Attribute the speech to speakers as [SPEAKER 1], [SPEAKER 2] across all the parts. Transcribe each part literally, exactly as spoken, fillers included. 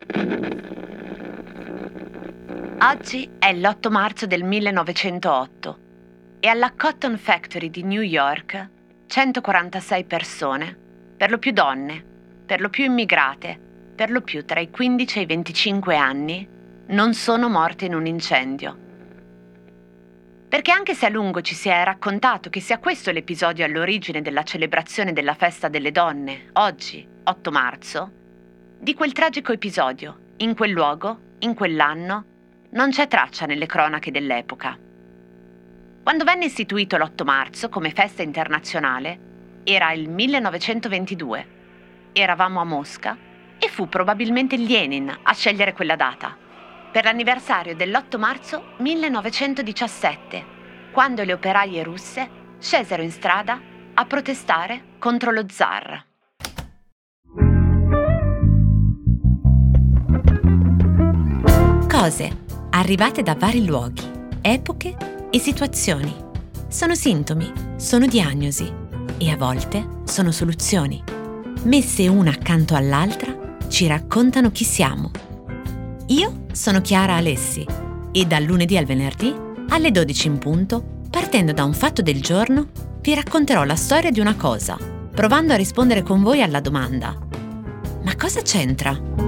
[SPEAKER 1] Oggi è l'otto marzo del millenovecentootto e alla Cotton Factory di New York centoquarantasei persone, per lo più donne, per lo più immigrate, per lo più tra i quindici e i venticinque anni, non sono morte in un incendio. Perché anche se a lungo ci si è raccontato che sia questo l'episodio all'origine della celebrazione della festa delle donne, oggi, otto marzo, di quel tragico episodio, in quel luogo, in quell'anno, non c'è traccia nelle cronache dell'epoca. Quando venne istituito l'otto marzo come festa internazionale, era il millenovecentoventidue. Eravamo a Mosca e fu probabilmente Lenin a scegliere quella data, per l'anniversario dell'otto marzo millenovecentodiciassette, quando le operaie russe scesero in strada a protestare contro lo zar.
[SPEAKER 2] Cose arrivate da vari luoghi, epoche e situazioni. Sono sintomi, sono diagnosi e a volte sono soluzioni. Messe una accanto all'altra, ci raccontano chi siamo. Io sono Chiara Alessi e dal lunedì al venerdì, alle dodici in punto, partendo da un fatto del giorno, vi racconterò la storia di una cosa, provando a rispondere con voi alla domanda: ma cosa c'entra?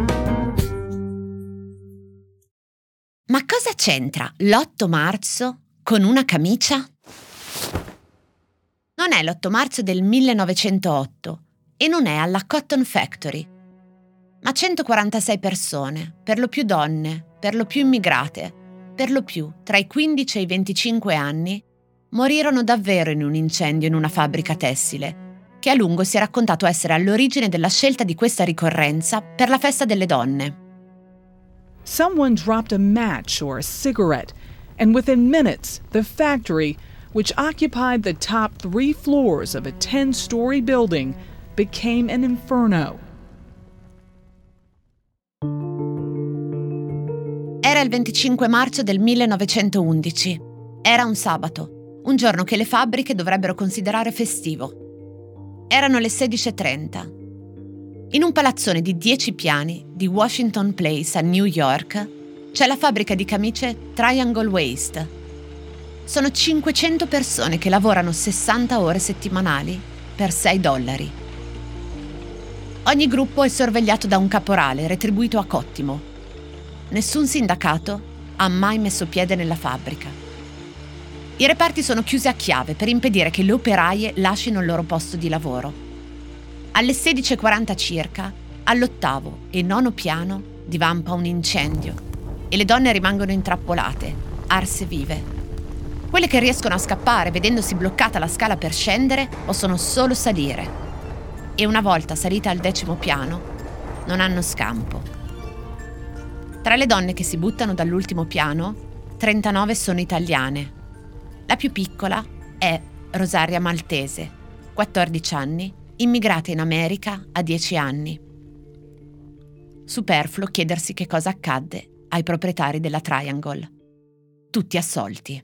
[SPEAKER 2] Ma cosa c'entra l'otto marzo con una camicia? Non è l'otto marzo del millenovecentootto e non è alla Cotton Factory, ma centoquarantasei persone, per lo più donne, per lo più immigrate, per lo più tra i quindici e i venticinque anni, morirono davvero in un incendio in una fabbrica tessile, che a lungo si è raccontato essere all'origine della scelta di questa ricorrenza per la festa delle donne.
[SPEAKER 3] Someone dropped a match or a cigarette, and within minutes, the factory, which occupied the top three floors of a ten-story building, became an inferno.
[SPEAKER 2] Era il venticinque marzo del millenovecentoundici. Era un sabato, un giorno che le fabbriche dovrebbero considerare festivo. Erano le sedici e trenta. In un palazzone di dieci piani di Washington Place a New York c'è la fabbrica di camicie Triangle Waist. Sono cinquecento persone che lavorano sessanta ore settimanali per sei dollari. Ogni gruppo è sorvegliato da un caporale retribuito a cottimo. Nessun sindacato ha mai messo piede nella fabbrica. I reparti sono chiusi a chiave per impedire che le operaie lascino il loro posto di lavoro. Alle sedici e quaranta circa, all'ottavo e nono piano divampa un incendio e le donne rimangono intrappolate, arse vive. Quelle che riescono a scappare vedendosi bloccata la scala per scendere possono solo salire e una volta salita al decimo piano non hanno scampo. Tra le donne che si buttano dall'ultimo piano, trentanove sono italiane. La più piccola è Rosaria Maltese, quattordici anni, immigrata in America a dieci anni. Superfluo chiedersi che cosa accadde ai proprietari della Triangle. Tutti assolti.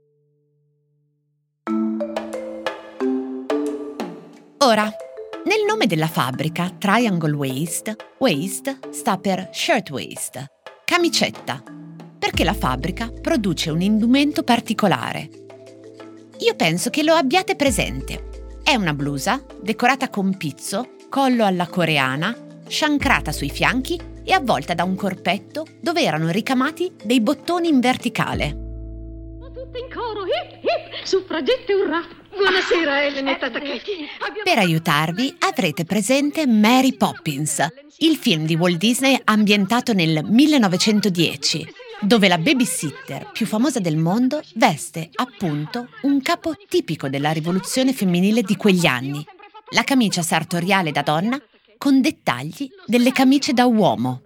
[SPEAKER 2] Ora, nel nome della fabbrica Triangle Waist, waist sta per shirtwaist, camicetta, perché la fabbrica produce un indumento particolare. Io penso che lo abbiate presente. È una blusa decorata con pizzo, collo alla coreana, sciancrata sui fianchi e avvolta da un corpetto dove erano ricamati dei bottoni in verticale.
[SPEAKER 4] Tutte in coro, hip hip, suffragette urrà. Buonasera, Elenetta Tacchetti.
[SPEAKER 2] Per aiutarvi avrete presente Mary Poppins, il film di Walt Disney ambientato nel millenovecentodieci, dove la babysitter più famosa del mondo veste appunto un capo tipico della rivoluzione femminile di quegli anni, la camicia sartoriale da donna con dettagli delle camicie da uomo.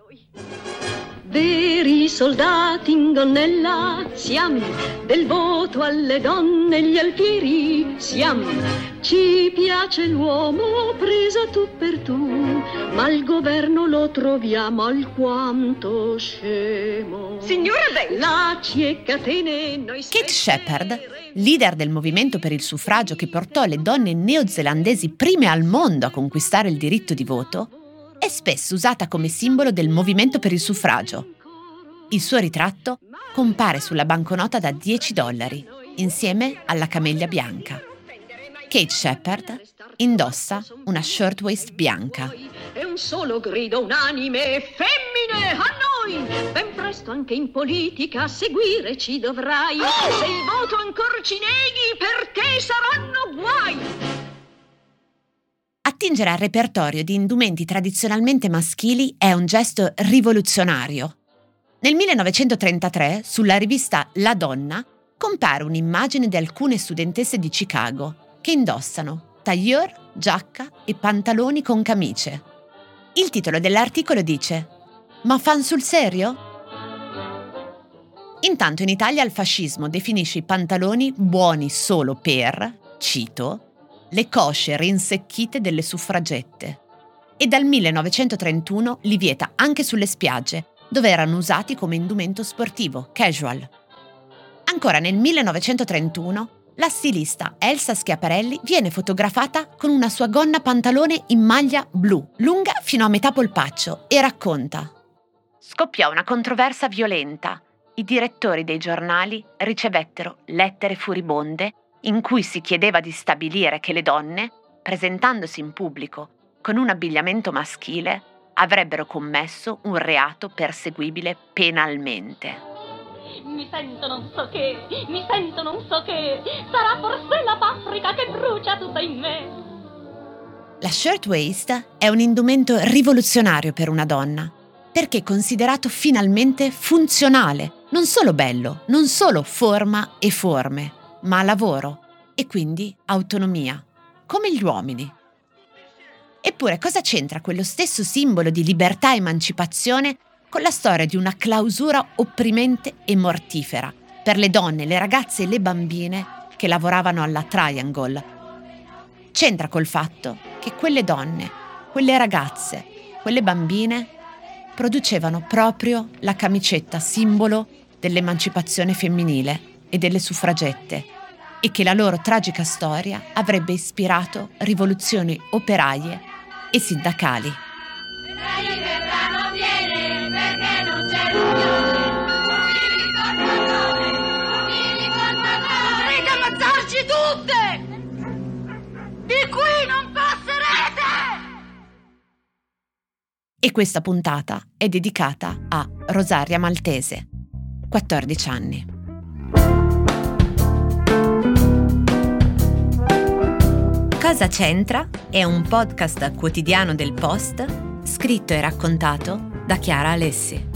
[SPEAKER 4] Veri soldati in gonnella siamo, del voto alle donne gli alfieri siamo. Ci piace l'uomo preso tu per tu, ma il governo lo troviamo alquanto scemo. Signora Bella, lacci e catene noi.
[SPEAKER 2] Kate Shepherd, leader del movimento per il suffragio che portò le donne neozelandesi prime al mondo a conquistare il diritto di voto, è spesso usata come simbolo del movimento per il suffragio. Il suo ritratto compare sulla banconota da dieci dollari, insieme alla camellia bianca. Kate Shepherd indossa una shirtwaist bianca.
[SPEAKER 4] È un solo grido unanime, femmine, a noi! Ben presto anche in politica seguire ci dovrai. Se il voto ancora ci neghi, per te saranno guai!
[SPEAKER 2] Attingere al repertorio di indumenti tradizionalmente maschili è un gesto rivoluzionario. Nel millenovecentotrentatré, sulla rivista La Donna, compare un'immagine di alcune studentesse di Chicago che indossano tailleur, giacca e pantaloni con camicie. Il titolo dell'articolo dice: "Ma fan sul serio?" Intanto in Italia il fascismo definisce i pantaloni buoni solo per, cito, le cosce rinsecchite delle suffragette, e dal millenovecentotrentuno li vieta anche sulle spiagge, dove erano usati come indumento sportivo, casual. Ancora nel millenovecentotrentuno, la stilista Elsa Schiaparelli viene fotografata con una sua gonna pantalone in maglia blu, lunga fino a metà polpaccio, e racconta:
[SPEAKER 1] Scoppiò una controversia violenta. I direttori dei giornali ricevettero lettere furibonde in cui si chiedeva di stabilire che le donne, presentandosi in pubblico con un abbigliamento maschile, avrebbero commesso un reato perseguibile penalmente.
[SPEAKER 5] Mi sento non so che, mi sento non so che, sarà forse la paprika che brucia tutta in me.
[SPEAKER 2] La shirtwaist è un indumento rivoluzionario per una donna, perché è considerato finalmente funzionale, non solo bello, non solo forma e forme, ma lavoro e quindi autonomia, come gli uomini. Eppure cosa c'entra quello stesso simbolo di libertà e emancipazione con la storia di una clausura opprimente e mortifera per le donne, le ragazze e le bambine che lavoravano alla Triangle? C'entra col fatto che quelle donne, quelle ragazze, quelle bambine producevano proprio la camicetta simbolo dell'emancipazione femminile e delle suffragette, e che la loro tragica storia avrebbe ispirato rivoluzioni operaie e sindacali.
[SPEAKER 4] Dovete ammazzarci tutte! Di qui non passerete!
[SPEAKER 2] E questa puntata è dedicata a Rosaria Maltese, quattordici anni. Cosa c'entra è un podcast quotidiano del Post, scritto e raccontato da Chiara Alessi.